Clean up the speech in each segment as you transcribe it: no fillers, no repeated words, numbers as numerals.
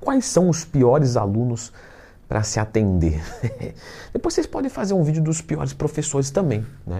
quais são os piores alunos para se atender. Depois vocês podem fazer um vídeo dos piores professores também, né?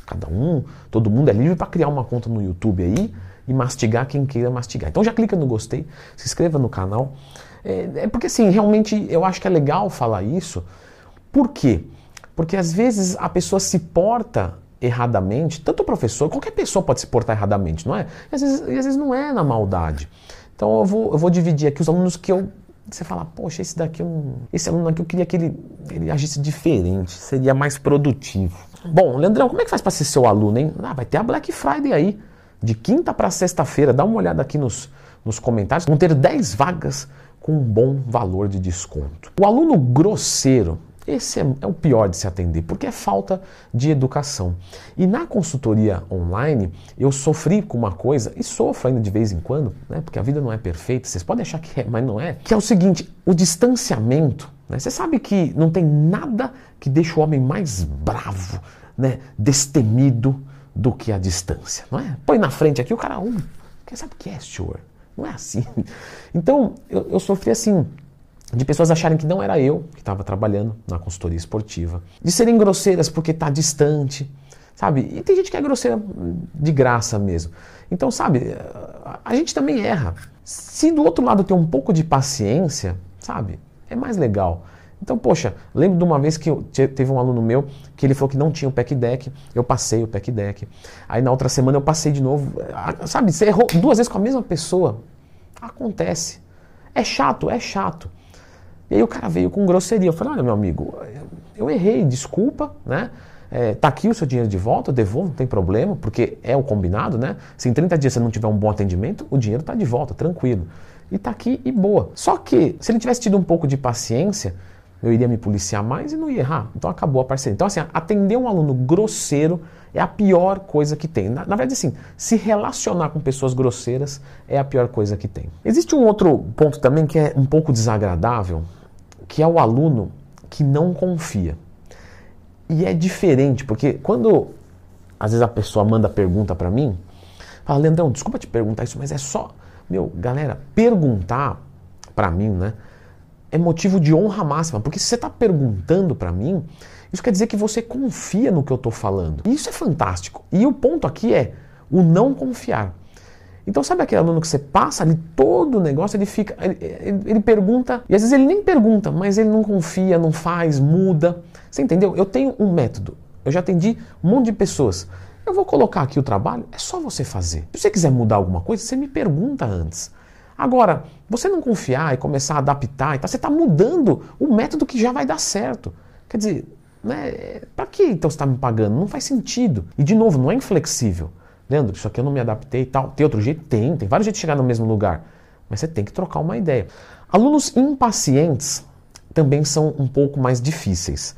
Todo mundo é livre para criar uma conta no YouTube aí e mastigar quem queira mastigar. Então já clica no gostei, se inscreva no canal. Porque assim, realmente eu acho que é legal falar isso. Por quê? Porque às vezes a pessoa se porta erradamente, tanto o professor, qualquer pessoa pode se portar erradamente, não é? E às vezes não é na maldade. Então eu vou dividir aqui os alunos que você fala, poxa, esse aluno aqui eu queria que ele agisse diferente, seria mais produtivo. Bom, Leandrão, como é que faz para ser seu aluno, hein? Vai ter a Black Friday aí, de quinta para sexta-feira. Dá uma olhada aqui nos comentários. Vão ter 10 vagas com um bom valor de desconto. O aluno grosseiro, esse é o pior de se atender, porque é falta de educação. E na consultoria online, eu sofri com uma coisa, e sofro ainda de vez em quando, né, porque a vida não é perfeita, vocês podem achar que é, mas não é, que é o seguinte, o distanciamento. Né, você sabe que não tem nada que deixa o homem mais bravo, né, destemido, do que a distância, não é? Põe na frente aqui, o cara, quem sabe o que é, senhor? Não é assim. Então, eu sofri assim, de pessoas acharem que não era eu que estava trabalhando na consultoria esportiva, de serem grosseiras porque está distante, sabe? E tem gente que é grosseira de graça mesmo. Então, sabe, a gente também erra. Se do outro lado tem um pouco de paciência, sabe, é mais legal. Então, poxa, lembro de uma vez que teve um aluno meu que ele falou que não tinha o PEC Deck, eu passei o PEC Deck. Aí na outra semana eu passei de novo. Sabe, você errou 2 vezes com a mesma pessoa. Acontece. É chato, é chato. E aí o cara veio com grosseria. Eu falei, olha meu amigo, eu errei, desculpa, né? Tá aqui o seu dinheiro de volta, eu devolvo, não tem problema, porque é o combinado, né? Se em 30 dias você não tiver um bom atendimento, o dinheiro tá de volta, tranquilo. E tá aqui e boa. Só que, se ele tivesse tido um pouco de paciência, eu iria me policiar mais e não ia errar. Então acabou a parceria. Então assim, atender um aluno grosseiro é a pior coisa que tem. Na verdade assim, se relacionar com pessoas grosseiras é a pior coisa que tem. Existe um outro ponto também que é um pouco desagradável, que é o aluno que não confia. E é diferente, porque quando às vezes a pessoa manda pergunta para mim, fala, Leandrão, desculpa te perguntar isso, mas é só, galera, perguntar para mim, né? É motivo de honra máxima, porque se você está perguntando para mim, isso quer dizer que você confia no que eu estou falando. E isso é fantástico. E o ponto aqui é o não confiar. Então sabe aquele aluno que você passa ali todo o negócio, ele pergunta, e às vezes ele nem pergunta, mas ele não confia, não faz, muda. Você entendeu? Eu tenho um método, eu já atendi um monte de pessoas. Eu vou colocar aqui o trabalho, é só você fazer. Se você quiser mudar alguma coisa, você me pergunta antes. Agora, você não confiar e começar a adaptar, você está mudando o método que já vai dar certo. Quer dizer, né, para que então você está me pagando? Não faz sentido. E de novo, não é inflexível. Leandro, isso aqui eu não me adaptei e tal. Tem outro jeito? Tem vários jeitos de chegar no mesmo lugar. Mas você tem que trocar uma ideia. Alunos impacientes também são um pouco mais difíceis.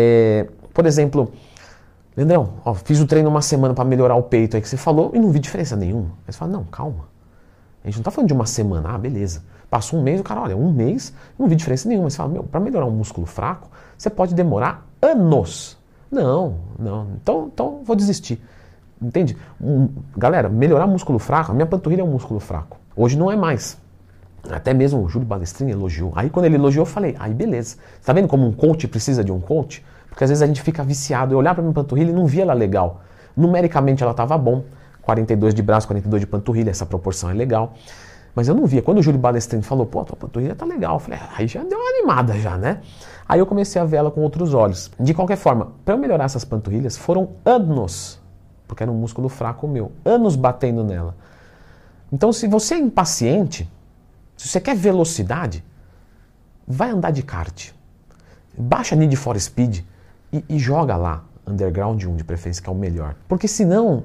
Por exemplo, Leandrão, fiz o treino uma semana para melhorar o peito aí que você falou e não vi diferença nenhuma. Aí você fala, não, calma. A gente não está falando de uma semana, beleza. Passou um mês, o cara, olha, um mês, não vi diferença nenhuma. Mas você fala, para melhorar um músculo fraco, você pode demorar anos. Não, então vou desistir. Entende? Galera, melhorar músculo fraco, a minha panturrilha é um músculo fraco. Hoje não é mais. Até mesmo o Júlio Balestrini elogiou. Aí quando ele elogiou, eu falei, aí beleza. Você tá vendo como um coach precisa de um coach? Porque às vezes a gente fica viciado. Eu olhar para minha panturrilha e não via ela legal. Numericamente ela estava bom. 42 de braço, 42 de panturrilha, essa proporção é legal. Mas eu não via. Quando o Júlio Balestrini falou, pô, a tua panturrilha tá legal. Eu falei, aí já deu uma animada já, né? Aí eu comecei a ver ela com outros olhos. De qualquer forma, para eu melhorar essas panturrilhas, foram anos, porque era um músculo fraco meu, anos batendo nela. Então, se você é impaciente, se você quer velocidade, vai andar de kart. Baixa Need for Speed e joga lá. Underground 1 de preferência, que é o melhor. Porque senão,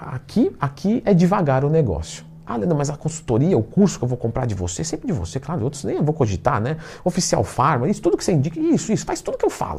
aqui é devagar o negócio. Leandro, mas a consultoria, o curso que eu vou comprar de você, sempre de você, claro, outros nem eu vou cogitar, né? Oficial Pharma, isso, tudo que você indica, isso, faz tudo que eu falo.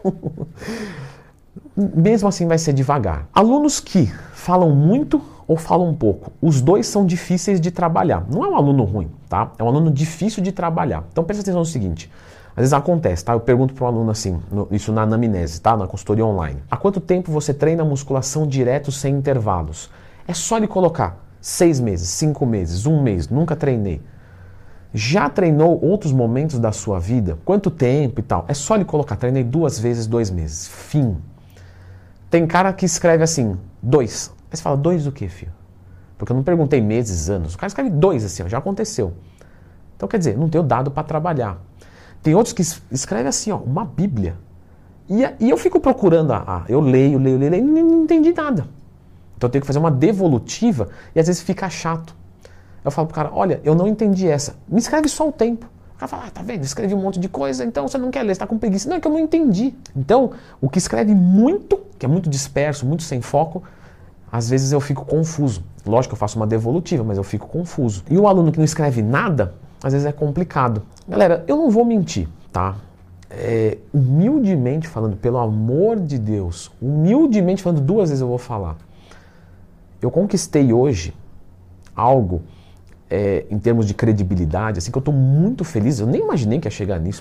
Mesmo assim vai ser devagar. Alunos que falam muito ou falam pouco, os dois são difíceis de trabalhar. Não é um aluno ruim, tá? É um aluno difícil de trabalhar. Então presta atenção no seguinte, às vezes acontece, tá? Eu pergunto para um aluno assim, isso na anamnese, tá? Na consultoria online. Há quanto tempo você treina musculação direto sem intervalos? É só ele colocar 6 meses, 5 meses, 1 mês, nunca treinei. Já treinou outros momentos da sua vida? Quanto tempo e tal? É só ele colocar, treinei 2 vezes, 2 meses. Fim. Tem cara que escreve assim, 2. Aí você fala, 2 do quê, filho? Porque eu não perguntei meses, anos. O cara escreve 2 assim, ó, já aconteceu. Então quer dizer, não tenho dado para trabalhar. Tem outros que escrevem assim, ó, uma Bíblia. E eu fico procurando, eu leio, e não entendi nada. Então eu tenho que fazer uma devolutiva e às vezes fica chato. Eu falo pro cara, olha, eu não entendi essa. Me escreve só o tempo. O cara fala, tá vendo, escrevi um monte de coisa, então você não quer ler, você tá com preguiça. Não, é que eu não entendi. Então, o que escreve muito, que é muito disperso, muito sem foco, às vezes eu fico confuso. Lógico que eu faço uma devolutiva, mas eu fico confuso. E o aluno que não escreve nada, às vezes é complicado. Galera, eu não vou mentir, tá? Humildemente falando, pelo amor de Deus, humildemente falando, 2 vezes eu vou falar. Eu conquistei hoje algo em termos de credibilidade, assim, que eu estou muito feliz, eu nem imaginei que ia chegar nisso.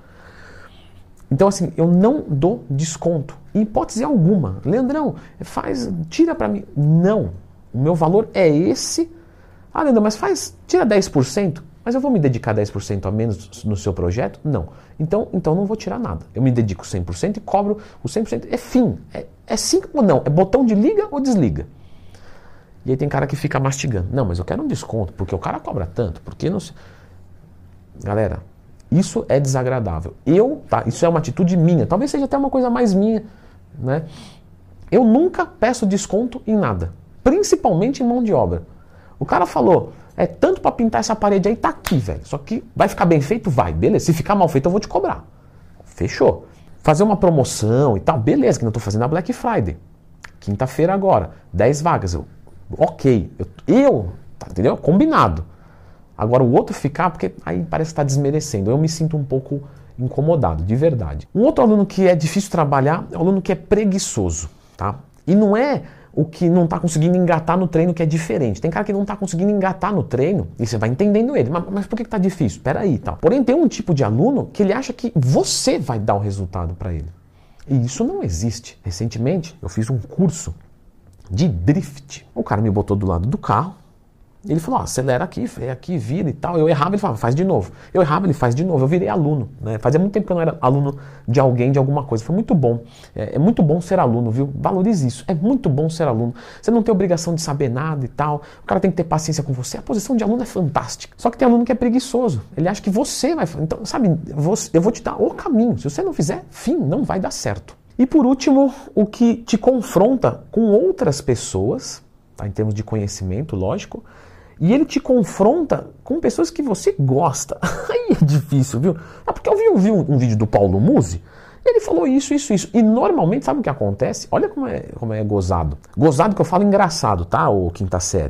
Então, assim, eu não dou desconto, em hipótese alguma. Leandrão, tira para mim. Não, o meu valor é esse. Ah, Leandrão, mas tira 10%, mas eu vou me dedicar 10% a menos no seu projeto? Não. Então não vou tirar nada. Eu me dedico 100% e cobro o 100%. É fim. É sim ou não. É botão de liga ou desliga. E aí tem cara que fica mastigando. Não, mas eu quero um desconto, porque o cara cobra tanto. Porque não sei. Galera, isso é desagradável. Isso é uma atitude minha. Talvez seja até uma coisa mais minha, né? Eu nunca peço desconto em nada. Principalmente em mão de obra. O cara falou, tanto para pintar essa parede aí, tá aqui, velho. Só que vai ficar bem feito? Vai, beleza. Se ficar mal feito, eu vou te cobrar. Fechou. Fazer uma promoção e tal, beleza, que eu tô fazendo a Black Friday. Quinta-feira agora, 10 vagas. Ok. Tá, entendeu? Combinado. Agora o outro ficar, porque aí parece que tá desmerecendo. Eu me sinto um pouco incomodado, de verdade. Um outro aluno que é difícil trabalhar é o aluno que é preguiçoso, tá? E não é o que não está conseguindo engatar no treino que é diferente. Tem cara que não está conseguindo engatar no treino e você vai entendendo ele. Mas por que está difícil? Espera aí, tal. Porém, tem um tipo de aluno que ele acha que você vai dar o resultado para ele. E isso não existe. Recentemente, eu fiz um curso de drift. O cara me botou do lado do carro. Ele falou, acelera aqui, vira e tal. Eu errava, ele falava, faz de novo. Eu errava, ele faz de novo. Eu virei aluno, né? Fazia muito tempo que eu não era aluno de alguém, de alguma coisa. Foi muito bom. É muito bom ser aluno, viu? Valorize isso. É muito bom ser aluno. Você não tem obrigação de saber nada e tal. O cara tem que ter paciência com você. A posição de aluno é fantástica. Só que tem aluno que é preguiçoso. Ele acha que você vai... Então, sabe, eu vou te dar o caminho. Se você não fizer, não vai dar certo. E por último, o que te confronta com outras pessoas, tá? Em termos de conhecimento, lógico. E ele te confronta com pessoas que você gosta. Aí é difícil, viu? Porque eu vi um vídeo do Paulo Musi, e ele falou isso. E normalmente, sabe o que acontece? Olha como é gozado. Gozado que eu falo engraçado, tá? Ô quinta série.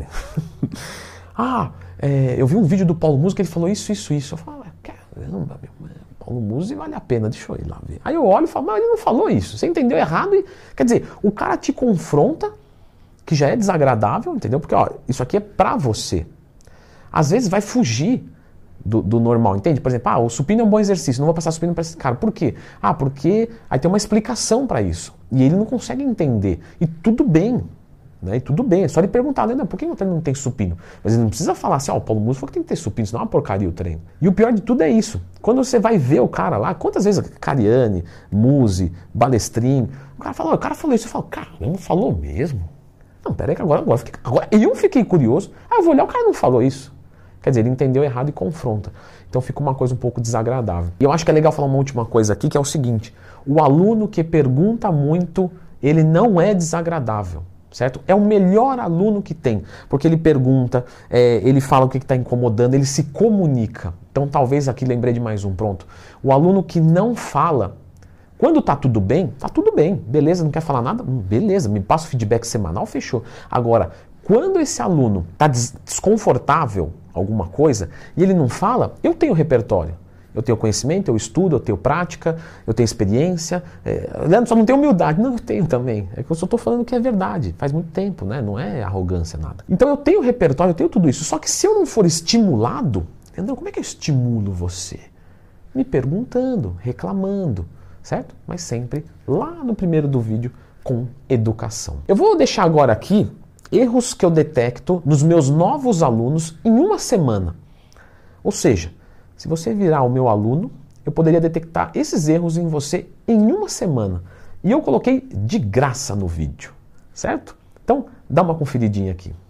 Eu vi um vídeo do Paulo Musi que ele falou isso. Eu falo, caramba, Paulo Musi vale a pena, deixa eu ir lá ver. Aí eu olho e falo, mas ele não falou isso. Você entendeu errado. Quer dizer, o cara te confronta, que já é desagradável, entendeu? Porque isso aqui é pra você. Às vezes vai fugir do normal, entende? Por exemplo, o supino é um bom exercício, não vou passar supino para esse cara. Por quê? Porque aí tem uma explicação para isso. E ele não consegue entender. E tudo bem, né? E tudo bem, é só ele perguntar, Leandro, por que o treino não tem supino? Mas ele não precisa falar assim, o Paulo Musi falou que tem que ter supino, senão é uma porcaria o treino. E o pior de tudo é isso. Quando você vai ver o cara lá, quantas vezes Cariani, Musi, Balestrin, o cara falou isso, eu falo, cara, ele não falou mesmo? Não, peraí que agora eu fiquei curioso. Eu vou olhar, o cara não falou isso. Quer dizer, ele entendeu errado e confronta. Então fica uma coisa um pouco desagradável. E eu acho que é legal falar uma última coisa aqui, que é o seguinte. O aluno que pergunta muito, ele não é desagradável, certo? É o melhor aluno que tem. Porque ele pergunta, ele fala o que está incomodando, ele se comunica. Então talvez aqui lembrei de mais um, pronto. O aluno que não fala, quando tá tudo bem, beleza, não quer falar nada? Beleza, me passa o feedback semanal, fechou. Agora, quando esse aluno tá desconfortável, alguma coisa, e ele não fala, eu tenho repertório. Eu tenho conhecimento, eu estudo, eu tenho prática, eu tenho experiência. Leandro, só não tenho humildade. Não, eu tenho também. É que eu só estou falando que é verdade. Faz muito tempo, né? Não é arrogância, nada. Então eu tenho repertório, eu tenho tudo isso. Só que se eu não for estimulado, Leandro, como é que eu estimulo você? Me perguntando, reclamando. Certo? Mas sempre lá no primeiro do vídeo com educação. Eu vou deixar agora aqui erros que eu detecto nos meus novos alunos em uma semana. Ou seja, se você virar o meu aluno, eu poderia detectar esses erros em você em uma semana. E eu coloquei de graça no vídeo, certo? Então, dá uma conferidinha aqui.